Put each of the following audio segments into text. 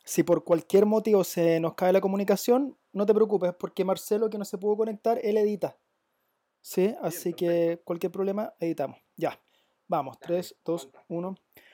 Si por cualquier motivo se nos cae la comunicación, no te preocupes, porque Marcelo, que no se pudo conectar, él edita. ¿Sí? Bien, Así perfecto. que cualquier problema, editamos. Ya. Vamos, Dale, 3, 2, fantástico. 1.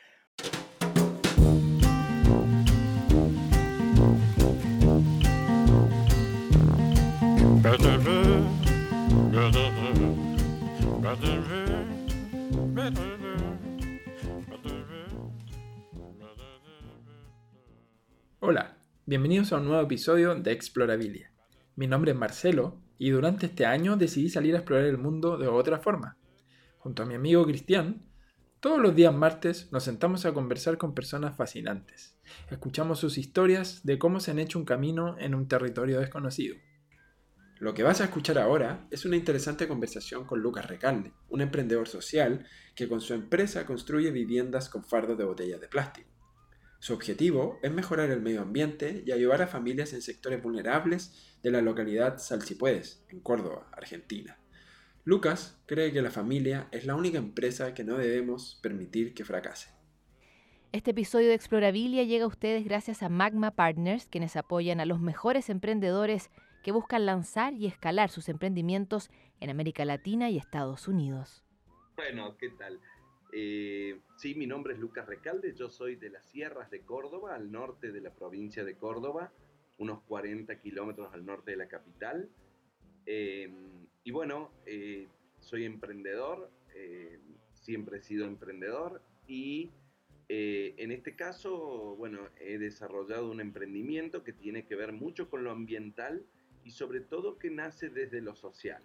Hola, bienvenidos a un nuevo episodio de Explorabilia. Mi nombre es Marcelo y durante este año decidí salir a explorar el mundo de otra forma. Junto a mi amigo Cristian, todos los días martes nos sentamos a conversar con personas fascinantes. Escuchamos sus historias de cómo se han hecho un camino en un territorio desconocido. Lo que vas a escuchar ahora es una interesante conversación con Lucas Recalde, un emprendedor social que con su empresa construye viviendas con fardos de botellas de plástico. Su objetivo es mejorar el medio ambiente y ayudar a familias en sectores vulnerables de la localidad Salsipuedes, en Córdoba, Argentina. Lucas cree que la familia es la única empresa que no debemos permitir que fracase. Este episodio de Explorabilia llega a ustedes gracias a Magma Partners, quienes apoyan a los mejores emprendedores que buscan lanzar y escalar sus emprendimientos en América Latina y Estados Unidos. Bueno, ¿qué tal? Sí, mi nombre es Lucas Recalde, yo soy de las Sierras de Córdoba, al norte de la provincia de Córdoba, unos 40 kilómetros al norte de la capital. Y bueno, soy emprendedor, siempre he sido emprendedor y en este caso, bueno, he desarrollado un emprendimiento que tiene que ver mucho con lo ambiental y sobre todo que nace desde lo social.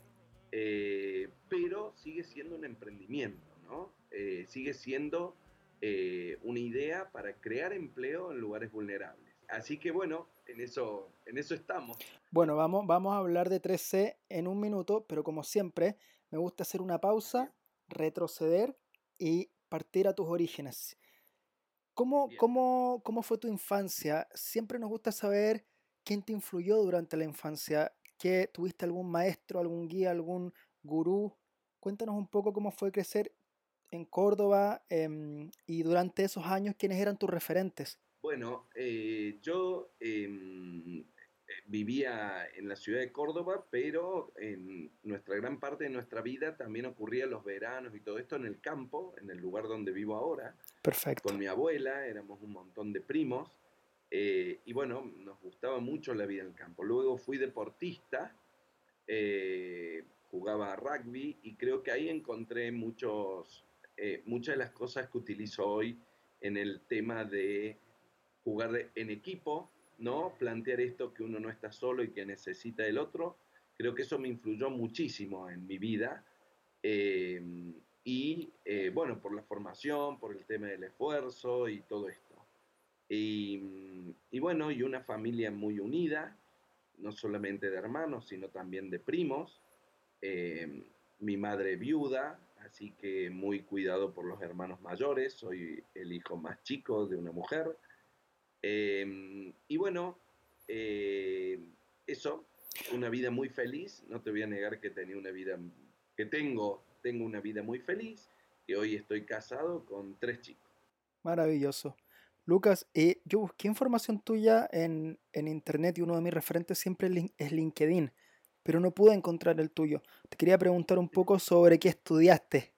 Pero sigue siendo un emprendimiento, ¿no? Sigue siendo una idea para crear empleo en lugares vulnerables. Así que bueno, en eso estamos. Bueno, vamos a hablar de 3C en un minuto, pero como siempre, me gusta hacer una Bien, pausa, retroceder y partir a tus orígenes. ¿Cómo, bien. cómo, cómo fue tu infancia? Siempre nos gusta saber quién te influyó durante la infancia. ¿Que tuviste algún maestro, algún guía, algún gurú? Cuéntanos un poco cómo fue crecer en Córdoba, y durante esos años, ¿quiénes eran tus referentes? Bueno, yo vivía en la ciudad de Córdoba, pero en nuestra gran parte de nuestra vida también ocurría los veranos y todo esto en el campo, en el lugar donde vivo ahora, Perfecto. con mi abuela, éramos un montón de primos, y bueno, nos gustaba mucho la vida en el campo. Luego fui deportista, jugaba rugby y creo que ahí encontré muchas de las cosas que utilizo hoy en el tema de jugar en equipo, ¿no? Plantear esto que uno no está solo y que necesita del otro. Creo que eso me influyó muchísimo en mi vida. Eh, bueno, por la formación, por el tema del esfuerzo y todo esto. Y bueno, y una familia muy unida, no solamente de hermanos, sino también de primos. Eh, Mi madre viuda, así que muy cuidado por los hermanos mayores, soy el hijo más chico de una mujer. Y bueno, eh, eso, una vida muy feliz, no te voy a negar que tenía una vida, que tengo una vida muy feliz, que hoy estoy casado con 3 chicos. Maravilloso. Lucas, yo busqué información tuya en internet y uno de mis referentes siempre es LinkedIn, pero no pude encontrar el tuyo. Te quería preguntar un poco sobre qué estudiaste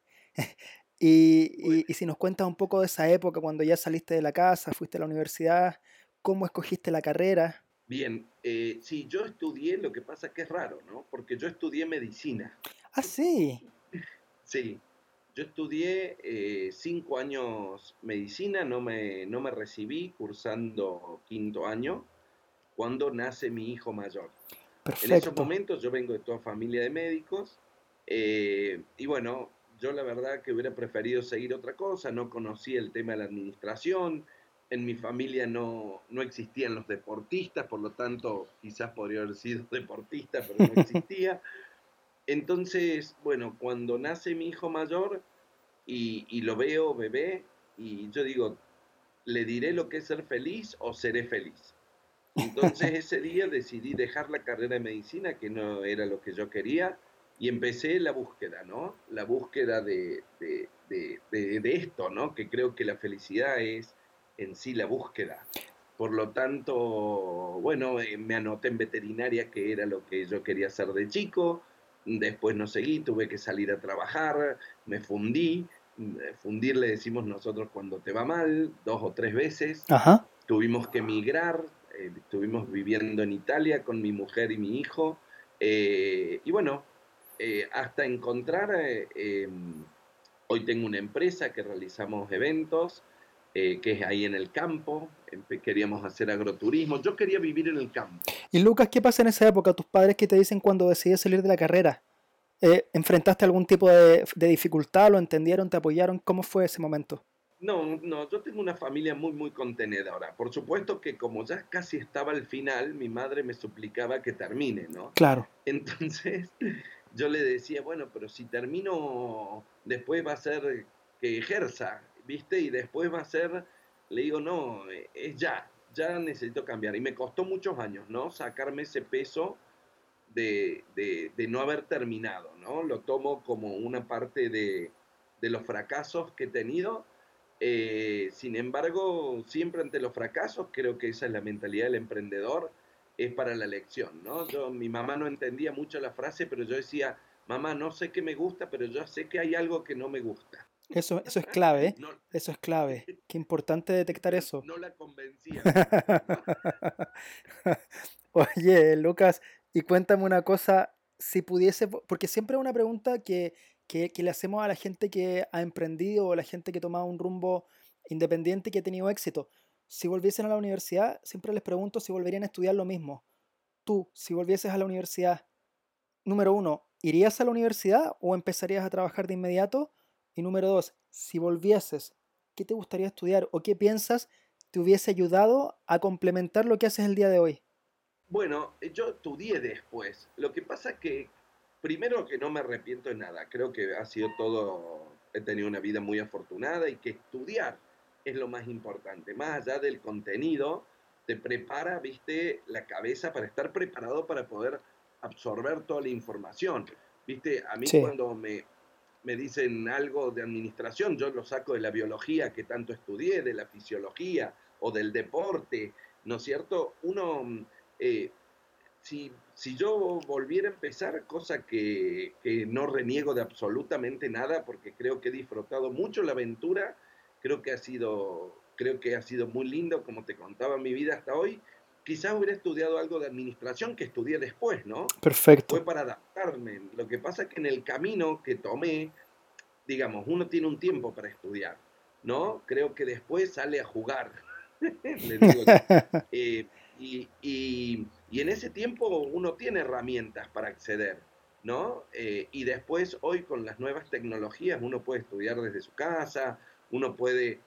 y Bueno, si nos cuentas un poco de esa época cuando ya saliste de la casa, fuiste a la universidad, cómo escogiste la carrera. bien, sí, yo estudié, lo que pasa que es raro, ¿no? Porque yo estudié medicina. Ah, sí, Sí, yo estudié 5 años medicina, no me recibí cursando quinto año cuando nace mi hijo mayor. En esos perfecto. momentos yo vengo de toda familia de médicos, y bueno, yo la verdad que hubiera preferido seguir otra cosa, no conocía el tema de la administración, en mi familia no existían los deportistas, por lo tanto quizás podría haber sido deportista, pero no existía. Entonces, bueno, cuando nace mi hijo mayor y lo veo bebé, y yo digo, ¿le diré lo que es ser feliz o seré feliz? Entonces ese día decidí dejar la carrera de medicina, que no era lo que yo quería, y empecé la búsqueda, ¿no? La búsqueda de esto, ¿no? Que creo que la felicidad es en sí la búsqueda. Por lo tanto, bueno, me anoté en veterinaria, que era lo que yo quería hacer de chico. Después no seguí, tuve que salir a trabajar, me fundí. Fundir le decimos nosotros cuando te va mal, 2 o 3 veces. Ajá. Tuvimos que emigrar, estuvimos viviendo en Italia con mi mujer y mi hijo. Y bueno, hasta encontrar, hoy tengo una empresa que realizamos eventos, que es ahí en el campo. Queríamos hacer agroturismo. Yo quería vivir en el campo. Y Lucas, ¿qué pasa en esa época? Tus padres, ¿qué te dicen cuando decides salir de la carrera? ¿Enfrentaste algún tipo de dificultad? ¿Lo entendieron? ¿Te apoyaron? ¿Cómo fue ese momento? No, no, yo tengo una familia muy, muy contenedora. Por supuesto que como ya casi estaba al final, mi madre me suplicaba que termine, ¿no? Claro. Entonces yo le decía, bueno, pero si termino, después va a ser que ejerza, ¿viste? Y después va a ser, le digo, no, es ya necesito cambiar. Y me costó muchos años, ¿no? Sacarme ese peso de no haber terminado, ¿no? Lo tomo como una parte de los fracasos que he tenido. Sin embargo, siempre ante los fracasos, creo que esa es la mentalidad del emprendedor, es para la lección, ¿no? Mi mamá no entendía mucho la frase, pero yo decía, mamá, no sé qué me gusta, pero yo sé que hay algo que no me gusta. Eso es clave, ¿eh? No, Eso es clave. Qué importante detectar eso. no la convencía a mi mamá, ¿no? Oye, Lucas, y cuéntame una cosa, si pudiese, porque siempre es una pregunta que le hacemos a la gente que ha emprendido o a la gente que ha tomado un rumbo independiente y que ha tenido éxito. Si volviesen a la universidad, siempre les pregunto si volverían a estudiar lo mismo. Tú, si volvieses a la universidad, número uno, ¿irías a la universidad o empezarías a trabajar de inmediato? Y número dos, si volvieses, ¿qué te gustaría estudiar o qué piensas te hubiese ayudado a complementar lo que haces el día de hoy? Bueno, yo estudié después. Lo que pasa es que, primero que no me arrepiento de nada. Creo que ha sido todo, he tenido una vida muy afortunada y que estudiar es lo más importante. Más allá del contenido, te prepara, viste, la cabeza para estar preparado para poder absorber toda la información. Viste, a mí Sí, cuando me dicen algo de administración, yo lo saco de la biología que tanto estudié, de la fisiología o del deporte, ¿no es cierto? Eh, si yo volviera a empezar, cosa que no reniego de absolutamente nada, porque creo que he disfrutado mucho la aventura, creo que ha sido muy lindo, como te contaba mi vida hasta hoy. Quizás hubiera estudiado algo de administración que estudié después, ¿no? Fue perfecto. para adaptarme. Lo que pasa es que en el camino que tomé, digamos, uno tiene un tiempo para estudiar, ¿no? Creo que después sale a jugar, le digo yo. Eh, y en ese tiempo uno tiene herramientas para acceder, ¿no? Y después, hoy con las nuevas tecnologías, uno puede estudiar desde su casa, uno puede...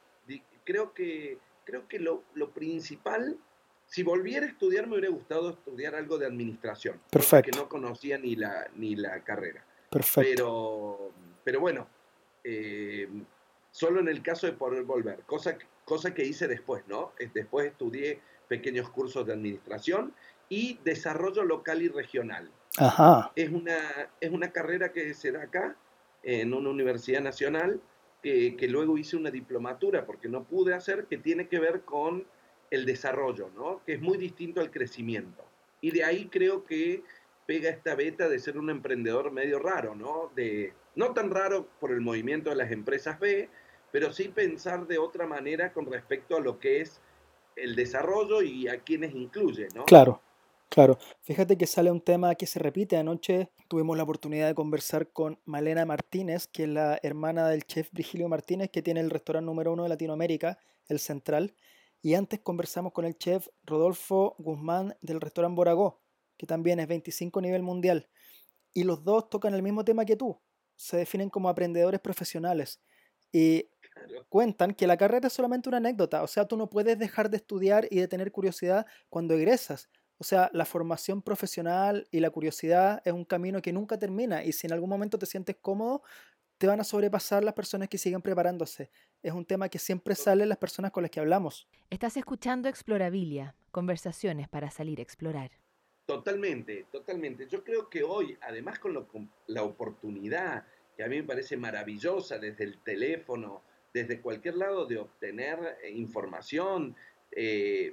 Creo que lo principal, si volviera a estudiar, me hubiera gustado estudiar algo de administración, cosa que Perfecto, no conocía ni la carrera. perfecto. Pero, pero bueno, eh, solo en el caso de poder volver, cosa que hice después, ¿no? Después estudié pequeños cursos de administración y desarrollo local y regional. Ajá, Es una carrera que se da acá, en una universidad nacional, que luego hice una diplomatura, porque no pude hacer, que tiene que ver con el desarrollo, ¿no? Que es muy distinto al crecimiento. Y de ahí creo que pega esta beta de ser un emprendedor medio raro, ¿no? No tan raro por el movimiento de las empresas B, pero sí pensar de otra manera con respecto a lo que es el desarrollo y a quienes incluye, ¿no? claro, claro. Fíjate que sale un tema que se repite. Anoche tuvimos la oportunidad de conversar con Malena Martínez, que es la hermana del chef Virgilio Martínez, que tiene el restaurante número uno de Latinoamérica, el Central. Y antes conversamos con el chef Rodolfo Guzmán del restaurante Boragó, que también es 25 a nivel mundial. Y los dos tocan el mismo tema que tú. Se definen como aprendedores profesionales. Y Claro. cuentan que la carrera es solamente una anécdota, o sea, tú no puedes dejar de estudiar y de tener curiosidad cuando egresas. O sea, la formación profesional y la curiosidad es un camino que nunca termina y si en algún momento te sientes cómodo, te van a sobrepasar las personas que siguen preparándose. Es un tema que siempre sale en las personas con las que hablamos. Estás escuchando Explorabilia, conversaciones para salir a explorar. Totalmente, totalmente. Yo creo que hoy, además con la oportunidad que a mí me parece maravillosa desde el teléfono, desde cualquier lado de obtener información, eh,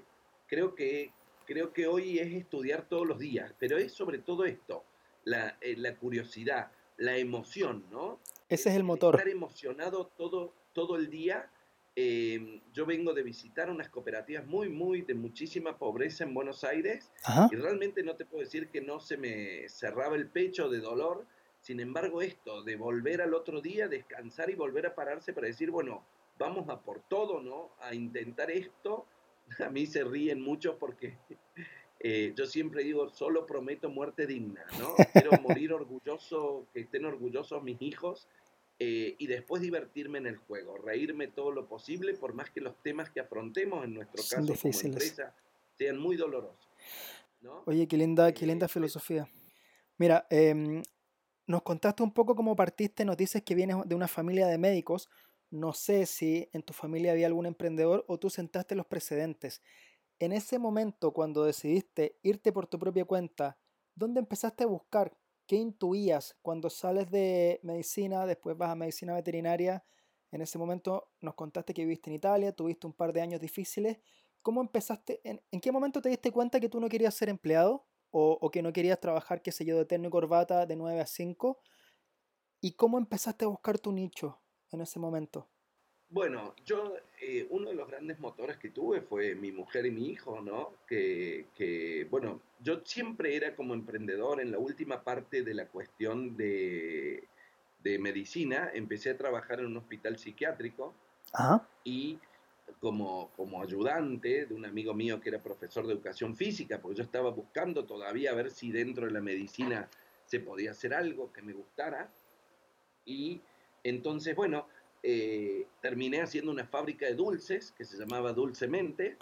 creo que hoy es estudiar todos los días, pero es sobre todo esto, la curiosidad, la emoción, ¿no? Ese es el El motor. estar emocionado todo el día. Yo vengo de visitar unas cooperativas de muchísima pobreza en Buenos Aires Ajá. y realmente no te puedo decir que no se me cerraba el pecho de dolor. Sin embargo, esto de volver al otro día, descansar y volver a pararse para decir, bueno, vamos a por todo, ¿no? A intentar esto. A mí se ríen mucho porque yo siempre digo, solo prometo muerte digna, ¿no? Quiero morir orgulloso, que estén orgullosos mis hijos y después divertirme en el juego, reírme todo lo posible, por más que los temas que afrontemos, en nuestro Son caso como difíciles. empresa, sean muy dolorosos, ¿no? Oye, qué linda Pero filosofía. Mira, nos contaste un poco cómo partiste, nos dices que vienes de una familia de médicos. No sé si en tu familia había algún emprendedor o tú sentaste los precedentes. En ese momento, cuando decidiste irte por tu propia cuenta, ¿dónde empezaste a buscar? ¿Qué intuías cuando sales de medicina, después vas a medicina veterinaria? En ese momento nos contaste que viviste en Italia, tuviste un par de años difíciles. ¿Cómo empezaste? En qué momento te diste cuenta que tú no querías ser empleado o que no querías trabajar, qué sé yo, de terno y corbata de 9 a 5? ¿Y cómo empezaste a buscar tu nicho en ese momento? bueno, uno de los grandes motores que tuve fue mi mujer y mi hijo, ¿no? Bueno, yo siempre era como emprendedor en la última parte de la cuestión de medicina. Empecé a trabajar en un hospital psiquiátrico Ajá. y como ayudante de un amigo mío que era profesor de educación física, porque yo estaba buscando todavía a ver si dentro de la medicina se podía hacer algo que me gustara. Y entonces, bueno, terminé haciendo una fábrica de dulces que se llamaba Dulcemente,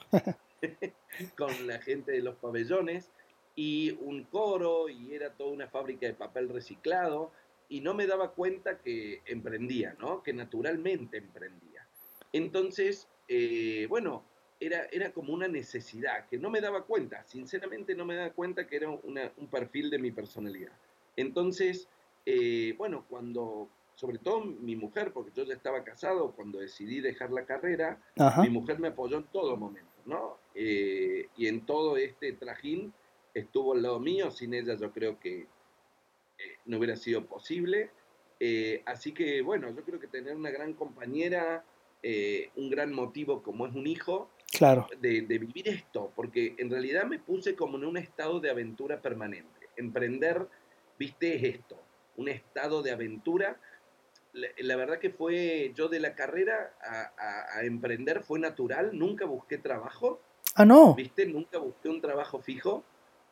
con la gente de los pabellones, y un coro, y era toda una fábrica de papel reciclado, y no me daba cuenta que emprendía, ¿no? Que naturalmente emprendía. Entonces, bueno, era como una necesidad, que no me daba cuenta, sinceramente no me daba cuenta que era un perfil de mi personalidad. Entonces, bueno, sobre todo mi mujer, porque yo ya estaba casado, cuando decidí dejar la carrera, mi Ajá. mujer me apoyó en todo momento, ¿no? Y en todo este trajín estuvo al lado mío, sin ella yo creo que no hubiera sido posible. Así que bueno, yo creo que tener una gran compañera, un gran motivo como es un hijo, Claro. de vivir esto, porque en realidad me puse como en un estado de aventura permanente. Emprender, viste, es esto, un estado de aventura. La verdad que fue yo de la carrera a emprender fue natural, nunca busqué trabajo, Ah, no. ¿viste? Nunca busqué un trabajo fijo,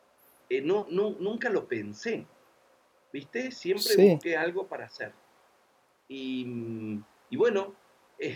nunca lo pensé, ¿viste? Siempre Sí. busqué algo para hacer. Y, y bueno, eh,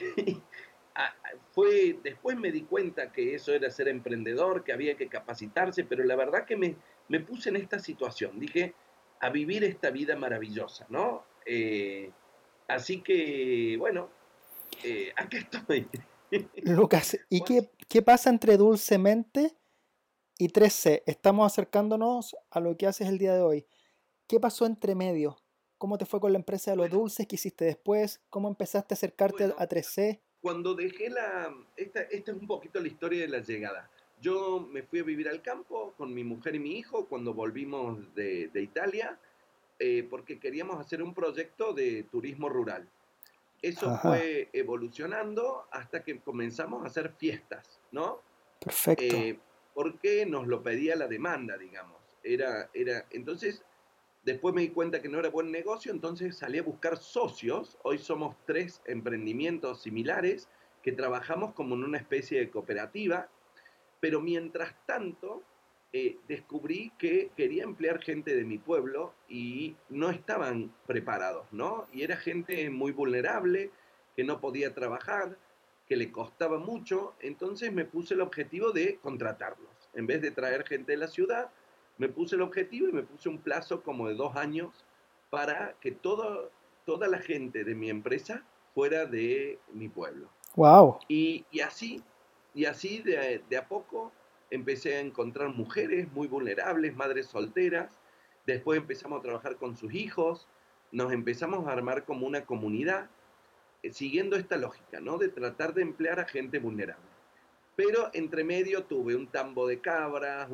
después me di cuenta que eso era ser emprendedor, que había que capacitarse, pero la verdad que me puse en esta situación, dije, a vivir esta vida maravillosa, ¿no? Así que, bueno, acá estoy. Lucas, ¿y Pues, qué pasa entre Dulcemente y 3C? Estamos acercándonos a lo que haces el día de hoy. ¿Qué pasó entre medio? ¿Cómo te fue con la empresa de los bueno, dulces? ¿Qué hiciste después? ¿Cómo empezaste a acercarte bueno, a 3C? cuando dejé esta es un poquito la historia de la llegada. Yo me fui a vivir al campo con mi mujer y mi hijo cuando volvimos de Italia, porque queríamos hacer un proyecto de turismo rural. Eso Ajá, fue evolucionando hasta que comenzamos a hacer fiestas, ¿no? perfecto. Eh, Porque nos lo pedía la demanda, digamos. Entonces, después me di cuenta que no era buen negocio, entonces salí a buscar socios. Hoy somos 3 emprendimientos similares que trabajamos como en una especie de cooperativa, pero mientras tanto descubrí que quería emplear gente de mi pueblo y no estaban preparados, ¿no? Y era gente muy vulnerable, que no podía trabajar, que le costaba mucho, entonces me puse el objetivo de contratarlos. En vez de traer gente de la ciudad, me puse el objetivo y me puse un plazo como de 2 años para que toda la gente de mi empresa fuera de mi pueblo. Wow. Y así, de a poco empecé a encontrar mujeres muy vulnerables, madres solteras. Después empezamos a trabajar con sus hijos. Nos empezamos a armar como una comunidad, siguiendo esta lógica, ¿no? De tratar de emplear a gente vulnerable. Pero entre medio tuve un tambo de cabras,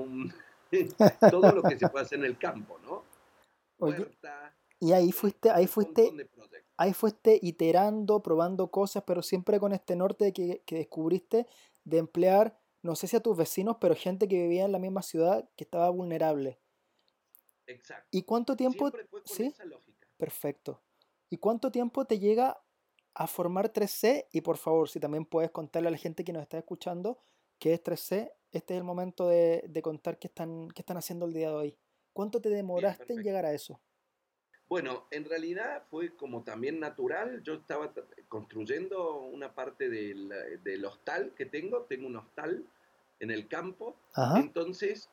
todo lo que se puede hacer en el campo, ¿no? Oye, Huerta, y un montón de proyectos. ahí fuiste iterando, probando cosas, pero siempre con este norte que descubriste de emplear, no sé si a tus vecinos, pero gente que vivía en la misma ciudad que estaba vulnerable. Exacto. ¿Y cuánto tiempo? Siempre fue con Sí, esa lógica. perfecto. ¿Y cuánto tiempo te llega a formar 3C? Y por favor, si también puedes contarle a la gente que nos está escuchando qué es 3C, este es el momento de contar qué están haciendo el día de hoy. ¿Cuánto te Bien, demoraste en perfecto. llegar a eso? Bueno, en realidad fue como también natural. Yo estaba construyendo una parte del hostal que tengo un hostal en el campo. Ajá, Entonces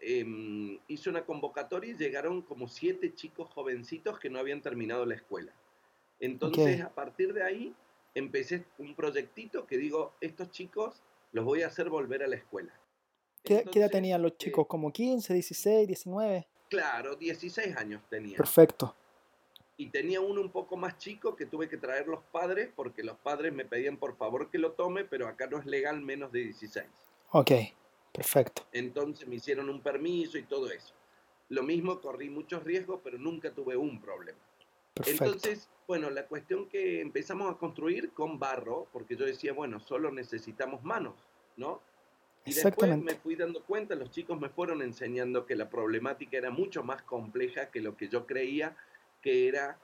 hice una convocatoria y llegaron como 7 chicos jovencitos que no habían terminado la escuela. ok. Entonces, a partir de ahí, empecé un proyectito que digo, estos chicos los voy a hacer volver a la escuela. ¿Qué edad Entonces, tenían los chicos? ¿Como 15, 16, 19? claro, 16 años tenían. Perfecto. Y tenía uno un poco más chico que tuve que traer los padres porque los padres me pedían por favor que lo tome, pero acá no es legal menos de 16. Ok, perfecto. Entonces me hicieron un permiso y todo eso. Lo mismo, corrí muchos riesgos, pero nunca tuve un problema. Perfecto. Entonces, bueno, la cuestión que empezamos a construir con barro, porque yo decía, bueno, solo necesitamos manos, ¿no? Y después me Exactamente. fui dando cuenta, los chicos me fueron enseñando que la problemática era mucho más compleja que lo que yo creía que era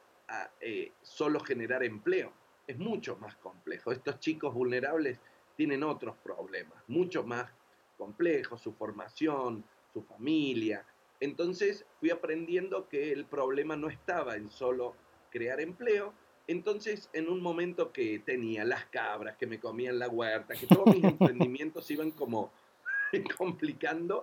solo generar empleo. Es mucho más complejo. Estos chicos vulnerables tienen otros problemas, mucho más complejos, su formación, su familia. Entonces fui aprendiendo que el problema no estaba en solo crear empleo. Entonces, en un momento que tenía las cabras, que me comían la huerta, que todos mis emprendimientos iban como complicando,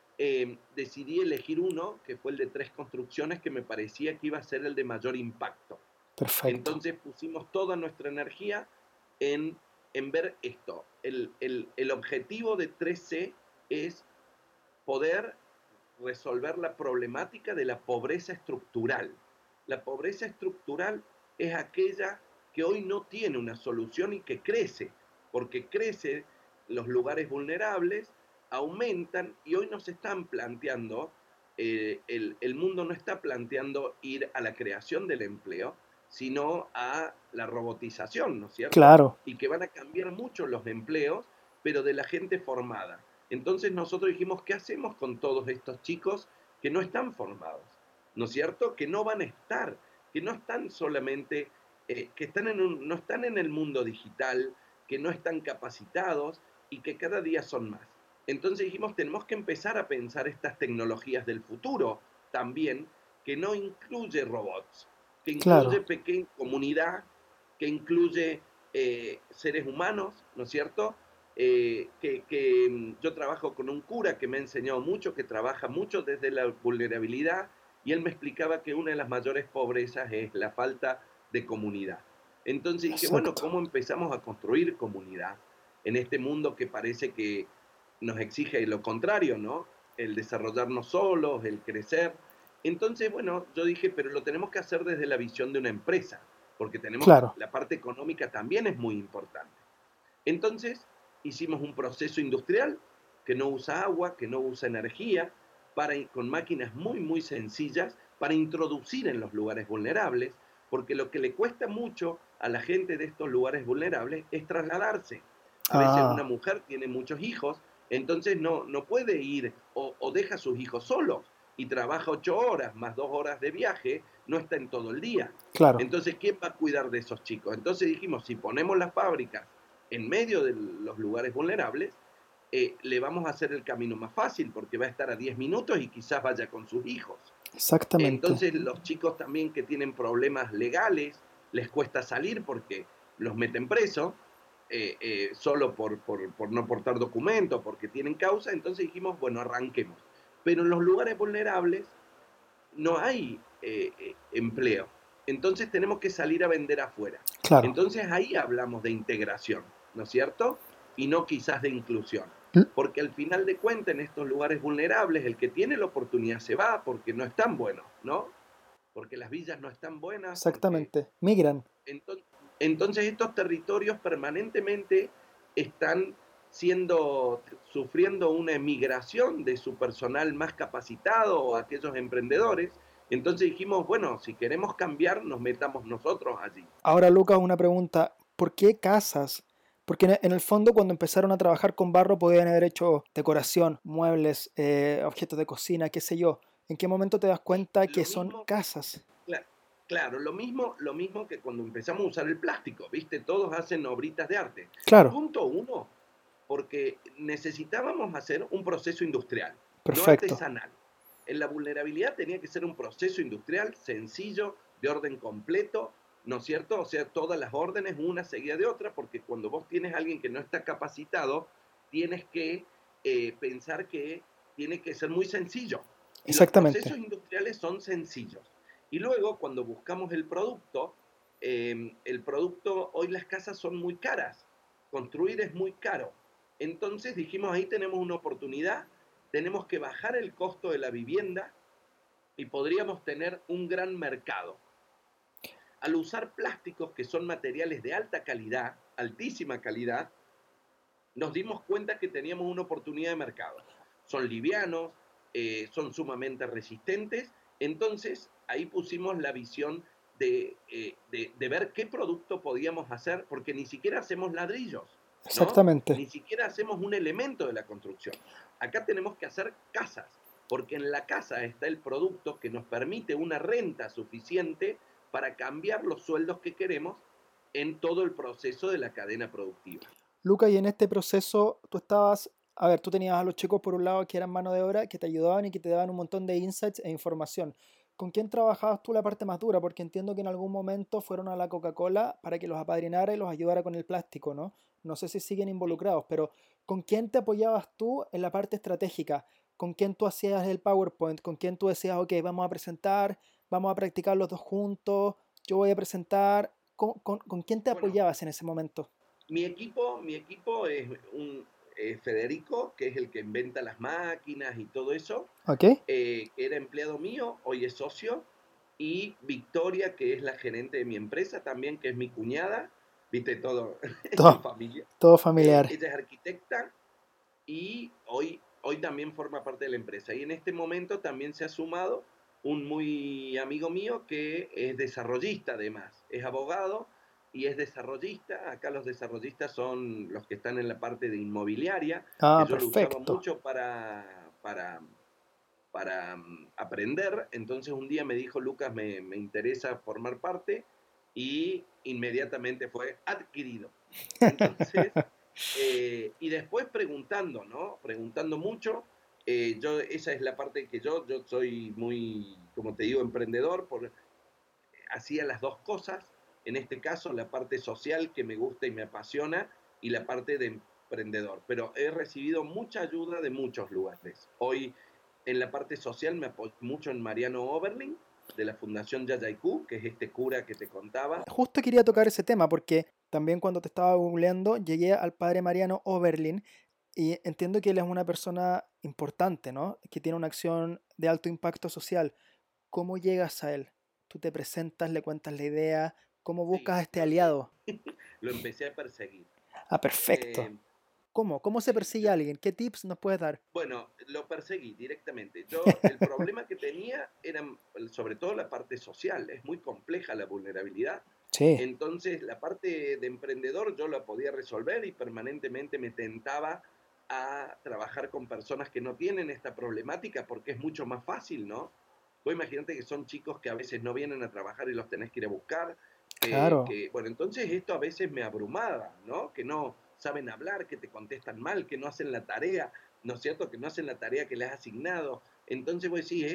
decidí elegir uno, que fue el de 3 construcciones, que me parecía que iba a ser el de mayor impacto. Perfecto. Entonces pusimos toda nuestra energía en, en ver esto. El objetivo de 3C es poder resolver la problemática de la pobreza estructural. La pobreza estructural es aquella que hoy no tiene una solución y que crece, porque crece, los lugares vulnerables aumentan y hoy nos están planteando, el mundo no está planteando ir a la creación del empleo, sino a la robotización, ¿no es cierto? Claro. Y que van a cambiar mucho los empleos, pero de la gente formada. Entonces nosotros dijimos, ¿qué hacemos con todos estos chicos que no están formados? ¿No es cierto? Que no van a estar, que no están solamente, que están no están en el mundo digital, que no están capacitados y que cada día son más. Entonces dijimos, tenemos que empezar a pensar estas tecnologías del futuro también, que no incluye robots, que incluye Claro. pequeña comunidad, que incluye seres humanos, ¿no es cierto? Yo trabajo con un cura que me ha enseñado mucho, que trabaja mucho desde la vulnerabilidad, y él me explicaba que una de las mayores pobrezas es la falta de comunidad. Entonces dije, bueno, Exacto. ¿cómo empezamos a construir comunidad en este mundo que parece que nos exige lo contrario, ¿no? El desarrollarnos solos, el crecer. Entonces, bueno, yo dije, pero lo tenemos que hacer desde la visión de una empresa, porque Claro. la parte económica también es muy importante. Entonces hicimos un proceso industrial que no usa agua, que no usa energía, con máquinas muy, muy sencillas para introducir en los lugares vulnerables, porque lo que le cuesta mucho a la gente de estos lugares vulnerables es trasladarse. A veces una Ah, mujer tiene muchos hijos, entonces no puede ir o deja a sus hijos solos y trabaja 8 horas más 2 horas de viaje, no está en todo el día. claro. Entonces, ¿quién va a cuidar de esos chicos? Entonces dijimos, si ponemos las fábricas en medio de los lugares vulnerables, le vamos a hacer el camino más fácil porque va a estar a 10 minutos y quizás vaya con sus hijos. Exactamente. Entonces los chicos también que tienen problemas legales, les cuesta salir porque los meten preso, solo por no portar documento, porque tienen causa, entonces dijimos, bueno, arranquemos. Pero en los lugares vulnerables no hay empleo. Entonces tenemos que salir a vender afuera. Claro. Entonces ahí hablamos de integración, ¿no es cierto? Y no quizás de inclusión. L- Porque al final de cuentas en estos lugares vulnerables el que tiene la oportunidad se va porque no están buenos, ¿no? Porque las villas no están buenas, porque Exactamente. Migran. entonces, estos territorios permanentemente están sufriendo una emigración de su personal más capacitado o aquellos emprendedores. Entonces dijimos, bueno, si queremos cambiar, nos metamos nosotros allí. Ahora, Lucas, una pregunta. ¿Por qué casas? Porque en el fondo cuando empezaron a trabajar con barro podían haber hecho decoración, muebles, objetos de cocina, qué sé yo. ¿En qué momento te das cuenta que Lo son mismo, casas? claro, lo mismo que cuando empezamos a usar el plástico, ¿viste? Todos hacen obritas de arte. Claro, Punto uno, porque necesitábamos hacer un proceso industrial, no perfecto. artesanal. En la vulnerabilidad tenía que ser un proceso industrial sencillo, de orden completo, ¿no es cierto? O sea, todas las órdenes, una seguida de otra, porque cuando vos tienes a alguien que no está capacitado, tienes que pensar que tiene que ser muy sencillo. Y los Exactamente. procesos industriales son sencillos. Y luego, cuando buscamos el producto, hoy las casas son muy caras, construir es muy caro. Entonces dijimos, ahí tenemos una oportunidad, tenemos que bajar el costo de la vivienda y podríamos tener un gran mercado. Al usar plásticos que son materiales de alta calidad, altísima calidad, nos dimos cuenta que teníamos una oportunidad de mercado. Son livianos, son sumamente resistentes, entonces ahí pusimos la visión de ver qué producto podíamos hacer, porque ni siquiera hacemos ladrillos, ¿no? Exactamente. Ni siquiera hacemos un elemento de la construcción. Acá tenemos que hacer casas, porque en la casa está el producto que nos permite una renta suficiente para cambiar los sueldos que queremos en todo el proceso de la cadena productiva. Lucas, y en este proceso tú estabas, a ver, tú tenías a los chicos por un lado que eran mano de obra, que te ayudaban y que te daban un montón de insights e información. ¿Con quién trabajabas tú la parte más dura? Porque entiendo que en algún momento fueron a la Coca-Cola para que los apadrinara y los ayudara con el plástico, ¿no? No sé si siguen Sí. involucrados, pero ¿con quién te apoyabas tú en la parte estratégica? ¿Con quién tú hacías el PowerPoint? ¿Con quién tú decías, ok, vamos a presentar, vamos a practicar los dos juntos, yo voy a presentar? ¿Con quién te Bueno, apoyabas en ese momento? mi equipo es Federico, que es el que inventa las máquinas y todo eso, ¿Ok? que era empleado mío, hoy es socio, y Victoria, que es la gerente de mi empresa también, que es mi cuñada, viste, todo en Todo, familia. todo familiar. Ella es arquitecta y hoy también forma parte de la empresa. Y en este momento también se ha sumado un muy amigo mío que es desarrollista además, es abogado y es desarrollista. Acá los desarrollistas son los que están en la parte de inmobiliaria, Ah, que yo lo usaba perfecto. mucho para aprender. Entonces un día me dijo, Lucas, me interesa formar parte y inmediatamente fue adquirido. Entonces, y después preguntando, ¿no? Preguntando mucho. Esa es la parte que yo soy muy, como te digo, emprendedor, hacía las dos cosas. En este caso, la parte social que me gusta y me apasiona y la parte de emprendedor. Pero he recibido mucha ayuda de muchos lugares. Hoy, en la parte social, me apoyo mucho en Mariano Oberlin, de la Fundación Yayaycú, que es este cura que te contaba. Justo quería tocar ese tema porque también cuando te estaba googleando llegué al padre Mariano Oberlin y entiendo que él es una persona importante, ¿no? Que tiene una acción de alto impacto social. ¿Cómo llegas a él? Tú te presentas, le cuentas la idea, ¿cómo Sí, buscas a este aliado? lo empecé a perseguir. Ah, perfecto. Eh, ¿Cómo? ¿Cómo se sí, persigue a alguien? ¿Qué tips nos puedes dar? bueno, lo perseguí directamente. El problema que tenía era sobre todo la parte social. Es muy compleja la vulnerabilidad. Sí, Entonces, la parte de emprendedor yo la podía resolver y permanentemente me tentaba a trabajar con personas que no tienen esta problemática porque es mucho más fácil, ¿no? Vos imagínate que son chicos que a veces no vienen a trabajar y los tenés que ir a buscar. claro. Bueno, entonces esto a veces me abrumaba, ¿no? Que no saben hablar, que te contestan mal, que no hacen la tarea, ¿no es cierto? Que no hacen la tarea que les has asignado. Entonces, pues sí,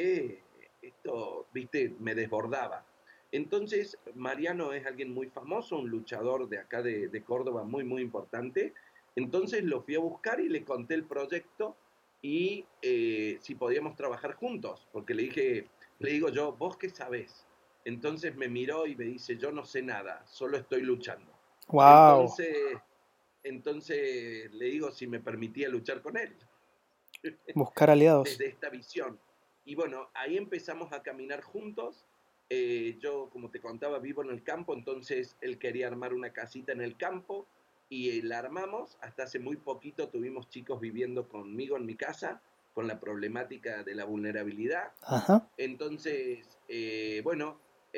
esto, viste, me desbordaba. Entonces, Mariano es alguien muy famoso, un luchador de acá de Córdoba muy, muy importante. Entonces lo fui a buscar y le conté el proyecto y si podíamos trabajar juntos, porque le digo yo, ¿vos qué sabés? Entonces me miró y me dice, yo no sé nada, solo estoy luchando. Wow. Entonces, entonces le digo si me permitía luchar con él, Buscar aliados. desde esta visión. Y bueno, ahí empezamos a caminar juntos. Yo, como te contaba, vivo en el campo, entonces él quería armar una casita en el campo y la armamos. Hasta hace muy poquito tuvimos chicos viviendo conmigo en mi casa con la problemática de la vulnerabilidad. Ajá. Entonces, bueno,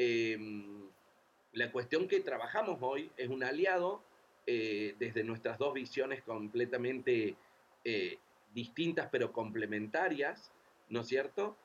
la cuestión que trabajamos hoy es un aliado desde nuestras dos visiones completamente eh, distintas pero complementarias, ¿no es cierto?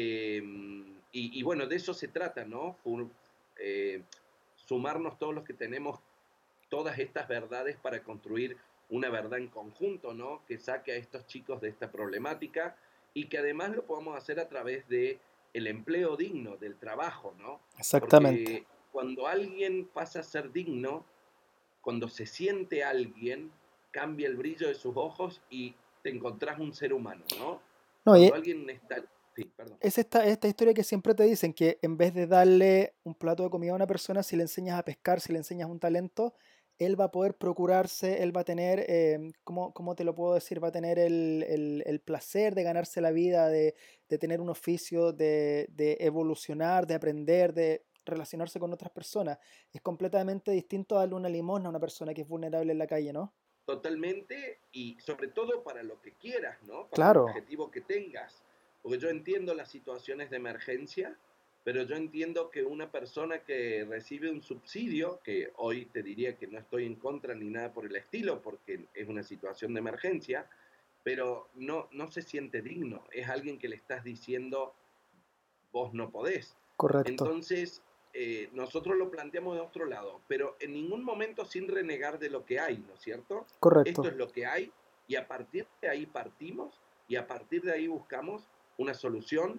Y bueno, de eso se trata, ¿no? Eh, Sumarnos todos los que tenemos todas estas verdades para construir una verdad en conjunto, ¿no? Que saque a estos chicos de esta problemática y que además lo podamos hacer a través de el empleo digno, del trabajo, ¿no? Exactamente. Porque cuando alguien pasa a ser digno, cuando se siente alguien, cambia el brillo de sus ojos y te encontrás un ser humano, ¿no? No, Cuando alguien está... Sí, perdón. es esta historia que siempre te dicen que en vez de darle un plato de comida a una persona, si le enseñas a pescar, si le enseñas un talento, él va a poder procurarse, él va a tener, ¿cómo te lo puedo decir? Va a tener el placer de ganarse la vida, de tener un oficio, de evolucionar, de aprender, de relacionarse con otras personas. Es completamente distinto a darle una limosna a una persona que es vulnerable en la calle, ¿no? Totalmente, y sobre todo para lo que quieras, ¿no? Para el Claro, objetivo que tengas. Porque yo entiendo las situaciones de emergencia, pero yo entiendo que una persona que recibe un subsidio, que hoy te diría que no estoy en contra ni nada por el estilo, porque es una situación de emergencia, pero no se siente digno. Es alguien que le estás diciendo, vos no podés. correcto, Entonces, nosotros lo planteamos de otro lado, pero en ningún momento sin renegar de lo que hay, ¿no es cierto? Esto correcto. es lo que hay y a partir de ahí partimos y a partir de ahí buscamos una solución,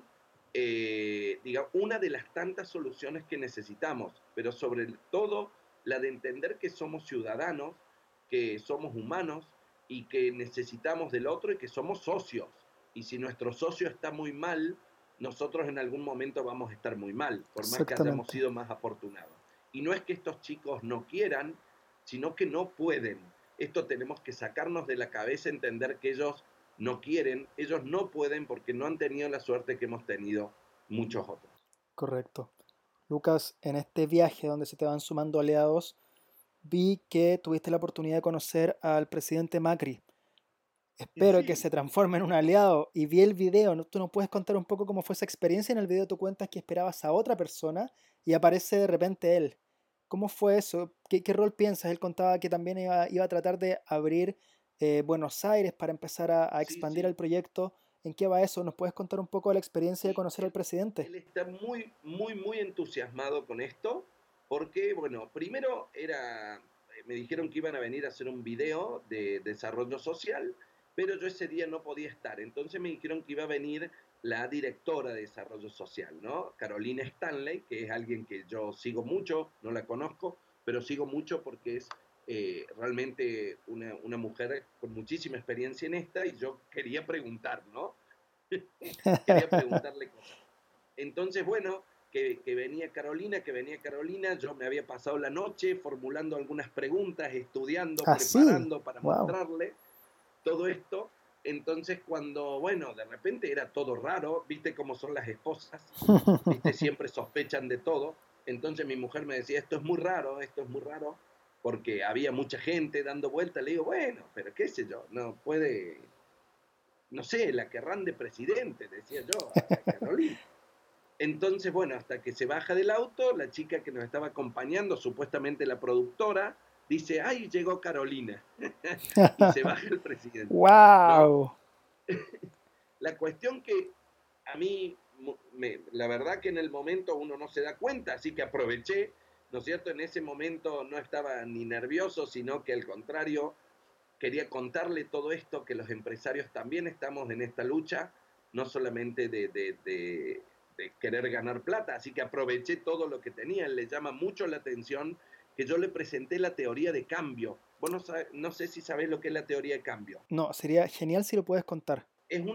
una de las tantas soluciones que necesitamos, pero sobre todo la de entender que somos ciudadanos, que somos humanos y que necesitamos del otro y que somos socios. Y si nuestro socio está muy mal, nosotros en algún momento vamos a estar muy mal, por más que hayamos Exactamente. sido más afortunados. Y no es que estos chicos no quieran, sino que no pueden. Esto tenemos que sacarnos de la cabeza, entender que ellos no quieren, ellos no pueden porque no han tenido la suerte que hemos tenido muchos otros. Correcto. Lucas, en este viaje donde se te van sumando aliados, vi que tuviste la oportunidad de conocer al presidente Macri. Espero que Sí, se transforme en un aliado y vi el video. ¿Tú nos puedes contar un poco cómo fue esa experiencia? En el video tú cuentas que esperabas a otra persona y aparece de repente él. ¿Cómo fue eso? ¿Qué rol piensas? Él contaba que también iba a tratar de abrir Buenos Aires para empezar a sí, expandir el sí. proyecto. ¿En qué va eso? ¿Nos puedes contar un poco de la experiencia de Y conocer al presidente? él está muy, muy, muy entusiasmado con esto, porque, bueno, primero me dijeron que iban a venir a hacer un video de desarrollo social, pero yo ese día no podía estar. Entonces me dijeron que iba a venir la directora de desarrollo social, ¿no? Carolina Stanley, que es alguien que yo sigo mucho, no la conozco, pero sigo mucho porque es realmente una mujer con muchísima experiencia en esta y yo quería preguntar, ¿no? Quería preguntarle cosas. Entonces, bueno, que venía Carolina, yo me había pasado la noche formulando algunas preguntas, estudiando, Ah, sí. preparando para Wow. mostrarle todo esto. Entonces, cuando, bueno, de repente era todo raro, viste cómo son las esposas, viste, siempre sospechan de todo. Entonces mi mujer me decía, esto es muy raro, porque había mucha gente dando vueltas. Le digo, bueno, pero qué sé yo, no puede, no sé, la querrán de presidente, decía yo a Carolina. Entonces, bueno, hasta que se baja del auto, la chica que nos estaba acompañando, supuestamente la productora, dice, ay, llegó Carolina. Y se baja el presidente, ¿no? Wow. La cuestión que a mí, la verdad que en el momento uno no se da cuenta, así que aproveché, ¿no es cierto? En ese momento no estaba ni nervioso, sino que al contrario, quería contarle todo esto, que los empresarios también estamos en esta lucha, no solamente de querer ganar plata, así que aproveché todo lo que tenía. Le llama mucho la atención que yo le presenté la teoría de cambio. Vos no sé si sabés lo que es la teoría de cambio. No, sería genial si lo puedes contar.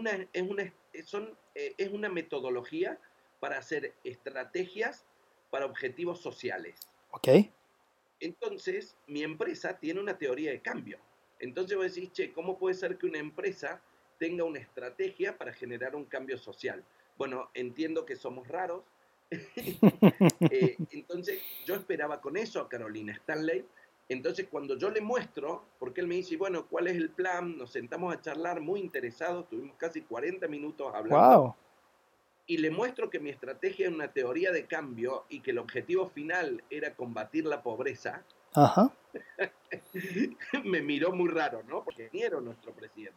Es una metodología para hacer estrategias para objetivos sociales. Ok. Entonces, mi empresa tiene una teoría de cambio. Entonces vos decís, che, ¿cómo puede ser que una empresa tenga una estrategia para generar un cambio social? Bueno, entiendo que somos raros. Entonces, yo esperaba con eso a Carolina Stanley Entonces, cuando yo le muestro, porque él me dice, bueno, ¿cuál es el plan? Nos sentamos a charlar muy interesados, tuvimos casi 40 minutos hablando, Wow. y le muestro que mi estrategia es una teoría de cambio y que el objetivo final era combatir la pobreza. Ajá. Me miró muy raro, ¿no? Porque ni era nuestro presidente.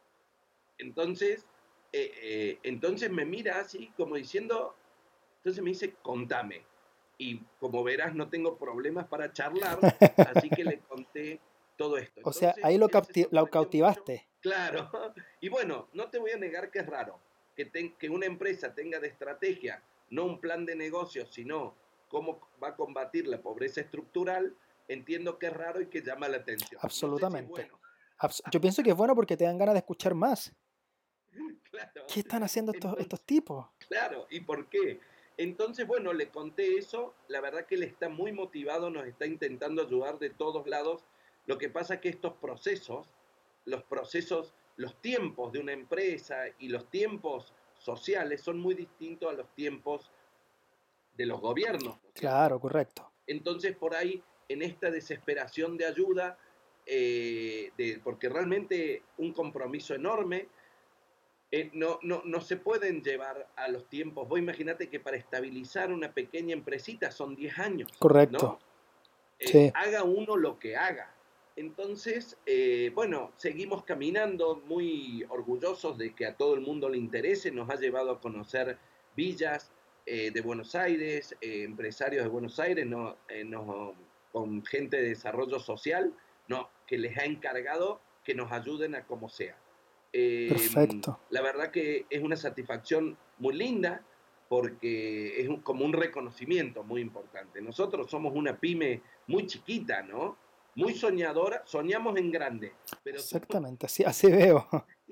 Entonces me mira así como diciendo, entonces me dice, contame. Y como verás, no tengo problemas para charlar, así que le conté todo esto. O sea, Entonces ahí él se lo sorprendió mucho. cautivaste. Claro. Y bueno, no te voy a negar que es raro que una empresa tenga de estrategia no un plan de negocio, sino cómo va a combatir la pobreza estructural. Entiendo que es raro y que llama la atención. No sé si es Absolutamente. bueno. Yo pienso que es bueno porque te dan ganas de escuchar más. Claro. ¿Qué están haciendo estos Entonces, tipos? claro, ¿y por qué? Entonces, bueno, le conté eso, la verdad que él está muy motivado, nos está intentando ayudar de todos lados. Lo que pasa es que estos procesos, los tiempos de una empresa y los tiempos sociales son muy distintos a los tiempos de los gobiernos, ¿no es cierto? Claro, correcto. Entonces, por ahí, en esta desesperación de ayuda, porque realmente un compromiso enorme, no se pueden llevar a los tiempos. Vos imagínate que para estabilizar una pequeña empresita son 10 años, Correcto. ¿no? Sí. Haga uno lo que haga. Entonces, bueno, seguimos caminando muy orgullosos de que a todo el mundo le interese. Nos ha llevado a conocer villas de Buenos Aires, empresarios de Buenos Aires, con gente de desarrollo social, que les ha encargado que nos ayuden a como sea. Perfecto. La verdad que es una satisfacción muy linda porque es como un reconocimiento muy importante. Nosotros somos una pyme muy chiquita, ¿no? Muy soñadora, soñamos en grande, Exactamente. Así veo.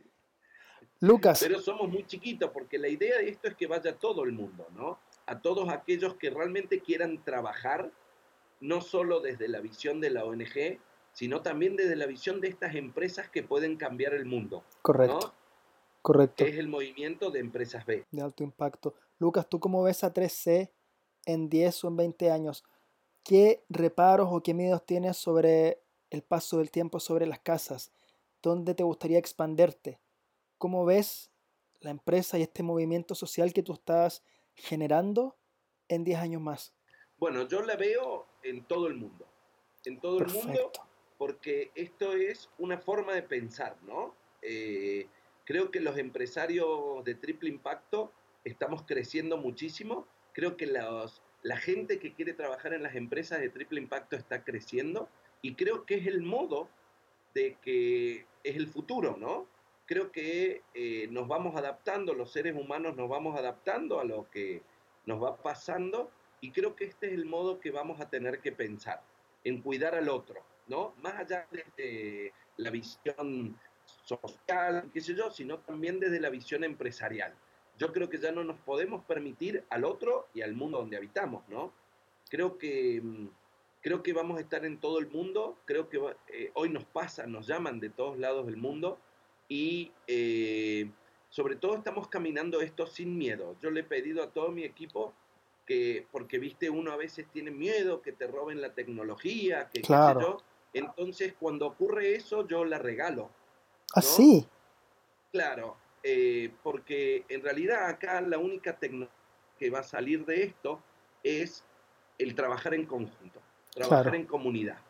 Lucas. pero somos muy chiquitos porque la idea de esto es que vaya todo el mundo, ¿no? A todos aquellos que realmente quieran trabajar, no solo desde la visión de la ONG, sino también desde la visión de estas empresas que pueden cambiar el mundo, Correcto. ¿no? Que Correcto. es el movimiento de Empresas B. De alto impacto. Lucas, ¿tú cómo ves a 3C en 10 o en 20 años? ¿Qué reparos o qué miedos tienes sobre el paso del tiempo sobre las casas? ¿Dónde te gustaría expanderte? ¿Cómo ves la empresa y este movimiento social que tú estás generando en 10 años más? Bueno, yo la veo en todo el mundo, Perfecto. porque esto es una forma de pensar, ¿no? Creo que los empresarios de triple impacto estamos creciendo muchísimo, creo que la gente que quiere trabajar en las empresas de triple impacto está creciendo y creo que es el modo de que es el futuro, ¿no? Creo que nos vamos adaptando, los seres humanos nos vamos adaptando a lo que nos va pasando y creo que este es el modo que vamos a tener que pensar, en cuidar al otro, ¿no? Más allá de la visión social, qué sé yo, sino también desde la visión empresarial. Yo creo que ya no nos podemos permitir al otro y al mundo donde habitamos, ¿no? Creo que creo que vamos a estar en todo el mundo, creo que hoy nos pasa, nos llaman de todos lados del mundo y sobre todo estamos caminando esto sin miedo. Yo le he pedido a todo mi equipo que, porque viste, uno a veces tiene miedo que te roben la tecnología, que qué sé Claro. yo, entonces cuando ocurre eso yo la regalo, ¿no? Así. Claro, porque en realidad acá la única tecnología que va a salir de esto es el trabajar en conjunto, trabajar Claro. en comunidad.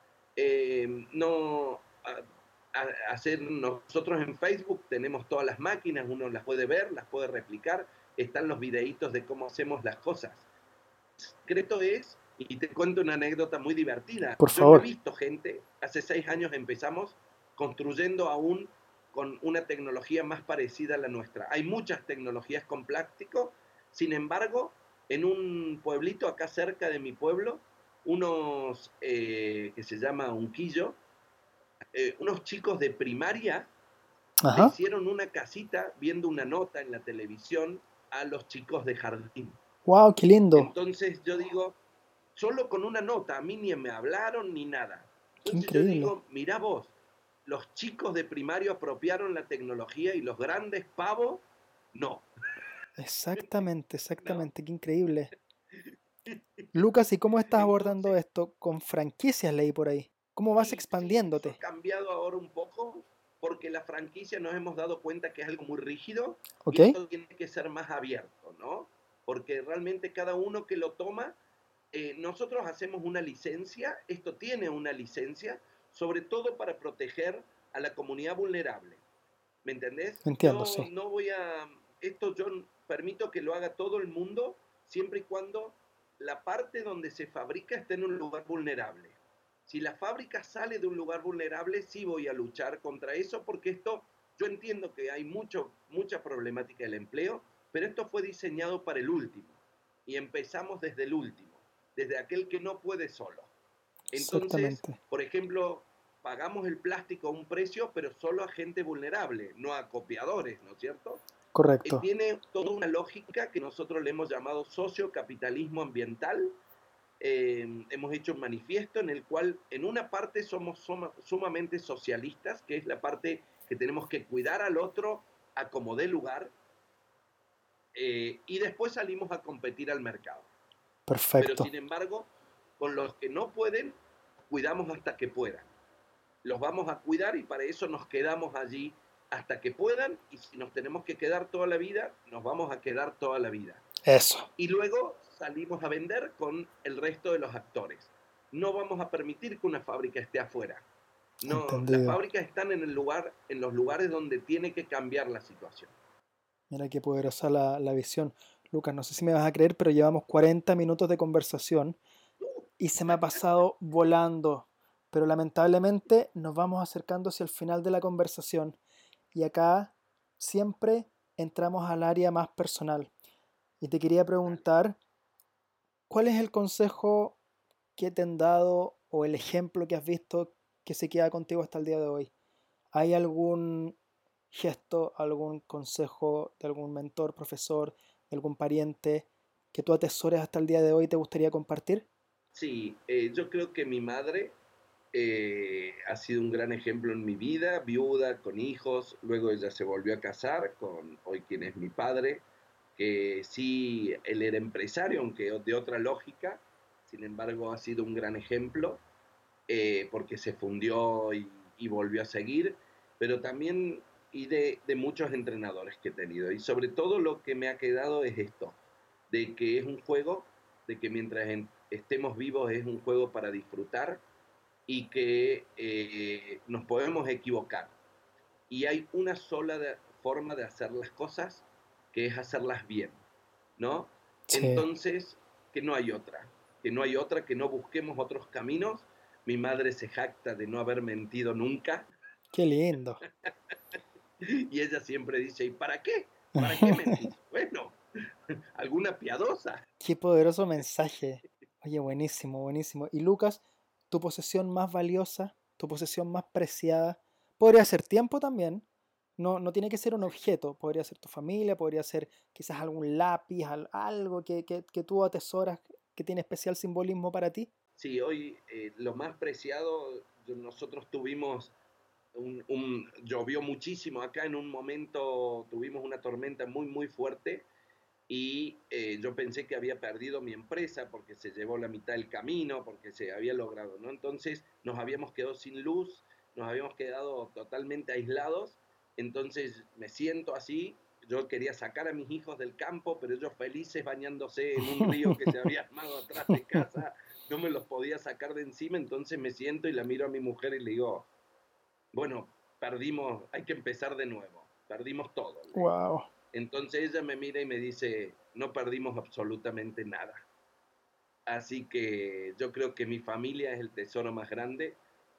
No hacer nosotros en Facebook tenemos todas las máquinas, uno las puede ver, las puede replicar, están los videitos de cómo hacemos las cosas. El secreto es, y te cuento una anécdota muy divertida, Por yo no he favor. visto gente, hace 6 años empezamos construyendo aún con una tecnología más parecida a la nuestra. Hay muchas tecnologías con plástico, sin embargo, en un pueblito acá cerca de mi pueblo, unos que se llama Unquillo, unos chicos de primaria le Ajá. hicieron una casita viendo una nota en la televisión a los chicos de jardín. Wow, qué lindo. Entonces yo digo, solo con una nota, a mí ni me hablaron ni nada. Qué Entonces yo increíble. digo, mirá vos, los chicos de primario apropiaron la tecnología y los grandes pavos, no. Exactamente, ¿No? exactamente. Qué increíble. Lucas, ¿y cómo estás abordando Entonces, esto? Con franquicias leí por ahí. ¿Cómo vas sí, sí, eso ha expandiéndote? cambiado ahora un poco porque la franquicia nos hemos dado cuenta que es algo muy rígido ¿Ok? y esto tiene que ser más abierto, ¿no? Porque realmente cada uno que lo toma, nosotros hacemos una licencia, esto tiene una licencia, sobre todo para proteger a la comunidad vulnerable. ¿Me entendés? Entiendo, Yo sí. no voy a, esto yo permito que lo haga todo el mundo siempre y cuando la parte donde se fabrica esté en un lugar vulnerable. Si la fábrica sale de un lugar vulnerable, sí voy a luchar contra eso porque esto, yo entiendo que hay mucha problemática del empleo, pero esto fue diseñado para el último y empezamos desde el último, desde aquel que no puede solo. Entonces, Exactamente. por ejemplo, pagamos el plástico a un precio, pero solo a gente vulnerable, no a copiadores, ¿no es cierto? Correcto. Tiene toda una lógica que nosotros le hemos llamado sociocapitalismo ambiental. Hemos hecho un manifiesto en el cual en una parte somos sumamente socialistas, que es la parte que tenemos que cuidar al otro a como dé lugar, y después salimos a competir al mercado. Pero Perfecto. sin embargo, con los que no pueden, cuidamos hasta que puedan. Los vamos a cuidar y para eso nos quedamos allí hasta que puedan y si nos tenemos que quedar toda la vida, nos vamos a quedar toda la vida. Eso. Y luego salimos a vender con el resto de los actores. No vamos a permitir que una fábrica esté afuera. No, las Entendido. fábricas están en el lugar, en los lugares donde tiene que cambiar la situación. Mira qué poderosa la visión. Lucas, no sé si me vas a creer, pero llevamos 40 minutos de conversación y se me ha pasado volando. Pero lamentablemente nos vamos acercando hacia el final de la conversación y acá siempre entramos al área más personal. Y te quería Dale. preguntar, ¿cuál es el consejo que te han dado o el ejemplo que has visto que se queda contigo hasta el día de hoy? ¿Hay algún gesto, algún consejo de algún mentor, profesor, de algún pariente que tú atesores hasta el día de hoy y te gustaría compartir? Sí, yo creo que mi madre ha sido un gran ejemplo en mi vida, viuda, con hijos, luego ella se volvió a casar con hoy quien es mi padre, que sí, él era empresario, aunque de otra lógica, sin embargo ha sido un gran ejemplo, porque se fundió y volvió a seguir, pero también y de muchos entrenadores que he tenido, y sobre todo lo que me ha quedado es esto, de que es un juego, de que mientras estemos vivos es un juego para disfrutar, y que nos podemos equivocar. Y hay una sola forma de hacer las cosas, que es hacerlas bien, ¿no? Sí, Entonces, que no hay otra, que no hay otra, que no busquemos otros caminos. Mi madre se jacta de no haber mentido nunca qué lindo. y ella siempre dice, ¿y para qué? ¿Para qué mentís? Bueno, alguna piadosa. Qué poderoso mensaje. Oye, buenísimo, buenísimo. Y Lucas, tu posesión más valiosa, tu posesión más preciada, podría ser tiempo también. No, no tiene que ser un Sí. objeto, podría ser tu familia, podría ser quizás algún lápiz, algo que tú atesoras, que tiene especial simbolismo para ti. Sí, hoy lo más preciado, nosotros tuvimos llovió muchísimo acá en un momento, tuvimos una tormenta muy fuerte y yo pensé que había perdido mi empresa porque se llevó la mitad del camino, porque se había logrado, ¿no? Entonces nos habíamos quedado sin luz, nos habíamos quedado totalmente aislados, entonces me siento así, yo quería sacar a mis hijos del campo, pero ellos felices bañándose en un río que se había armado atrás de casa, no me los podía sacar de encima, entonces me siento y la miro a mi mujer y le digo, bueno, perdimos, hay que empezar de nuevo, perdimos todo, le digo. Wow, Entonces ella me mira y me dice, no perdimos absolutamente nada. Así que yo creo que mi familia es el tesoro más grande,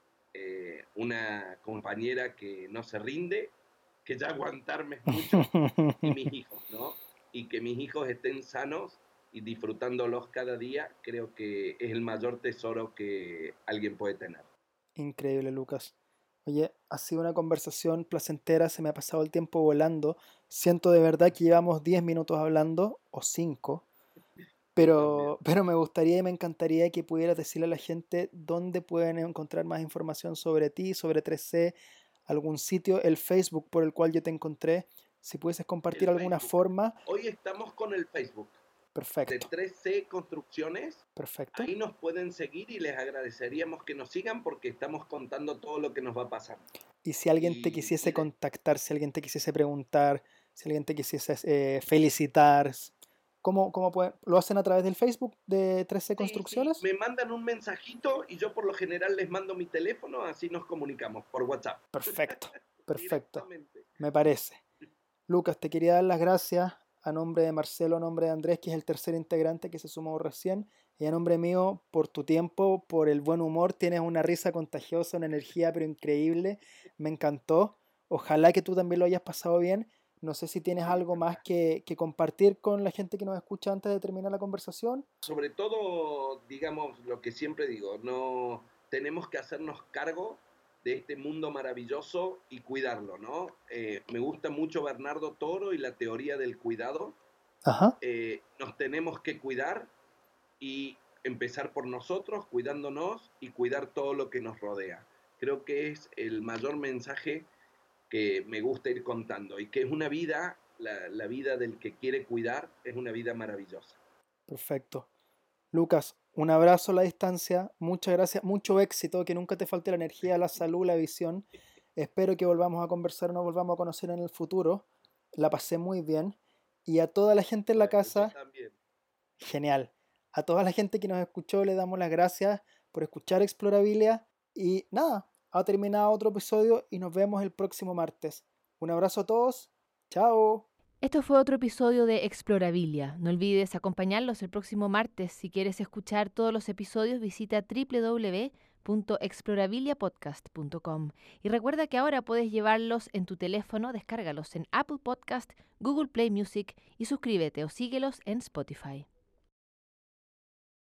una compañera que no se rinde, que ya aguantarme es mucho, y mis hijos, ¿no? Y que mis hijos estén sanos y disfrutándolos cada día, creo que es el mayor tesoro que alguien puede tener. increíble, Lucas. Oye, ha sido una conversación placentera, se me ha pasado el tiempo volando. Siento de verdad que llevamos 10 minutos hablando, o 5. Yo también. Pero me gustaría y me encantaría que pudieras decirle a la gente dónde pueden encontrar más información sobre ti, sobre 3C, algún sitio, el Facebook por el cual yo te encontré, si pudieses compartir El alguna Facebook. forma. Hoy estamos con el Facebook. Perfecto. 3C Construcciones. Perfecto. Ahí nos pueden seguir y les agradeceríamos que nos sigan porque estamos contando todo lo que nos va a pasar. Y si alguien te quisiese contactar, si alguien te quisiese preguntar, si alguien te quisiese felicitar, ¿cómo pueden? ¿Lo hacen a través del Facebook de 3C Construcciones? Sí, me mandan un mensajito y yo por lo general les mando mi teléfono, así nos comunicamos por WhatsApp. Perfecto. Me parece. Lucas, te quería dar las gracias a nombre de Marcelo, a nombre de Andrés, que es el tercer integrante que se sumó recién, y a nombre mío, por tu tiempo, por el buen humor. Tienes una risa contagiosa, una energía pero increíble. Me encantó. Ojalá que tú también lo hayas pasado bien. No sé si tienes algo más que compartir con la gente que nos escucha antes de terminar la conversación. Sobre todo, digamos, lo que siempre digo, no tenemos que hacernos cargo de este mundo maravilloso y cuidarlo, ¿no? Me gusta mucho Bernardo Toro y la teoría del cuidado. Ajá. Nos tenemos que cuidar y empezar por nosotros, cuidándonos y cuidar todo lo que nos rodea. Creo que es el mayor mensaje que me gusta ir contando y que es una vida, la vida del que quiere cuidar es una vida maravillosa. Perfecto. Lucas, un abrazo a la distancia, muchas gracias, mucho éxito, que nunca te falte la energía, la salud, la visión. Espero que volvamos a conversar, nos volvamos a conocer en el futuro. La pasé muy bien. Y a toda la gente en la casa, También. genial. A toda la gente que nos escuchó le damos las gracias por escuchar Explorabilia. Y nada, ha terminado otro episodio y nos vemos el próximo martes. Un abrazo a todos. Chao. Esto fue otro episodio de Explorabilia. No olvides acompañarlos el próximo martes. Si quieres escuchar todos los episodios, visita www.explorabiliapodcast.com. Y recuerda que ahora puedes llevarlos en tu teléfono, descárgalos en Apple Podcast, Google Play Music y suscríbete o síguelos en Spotify.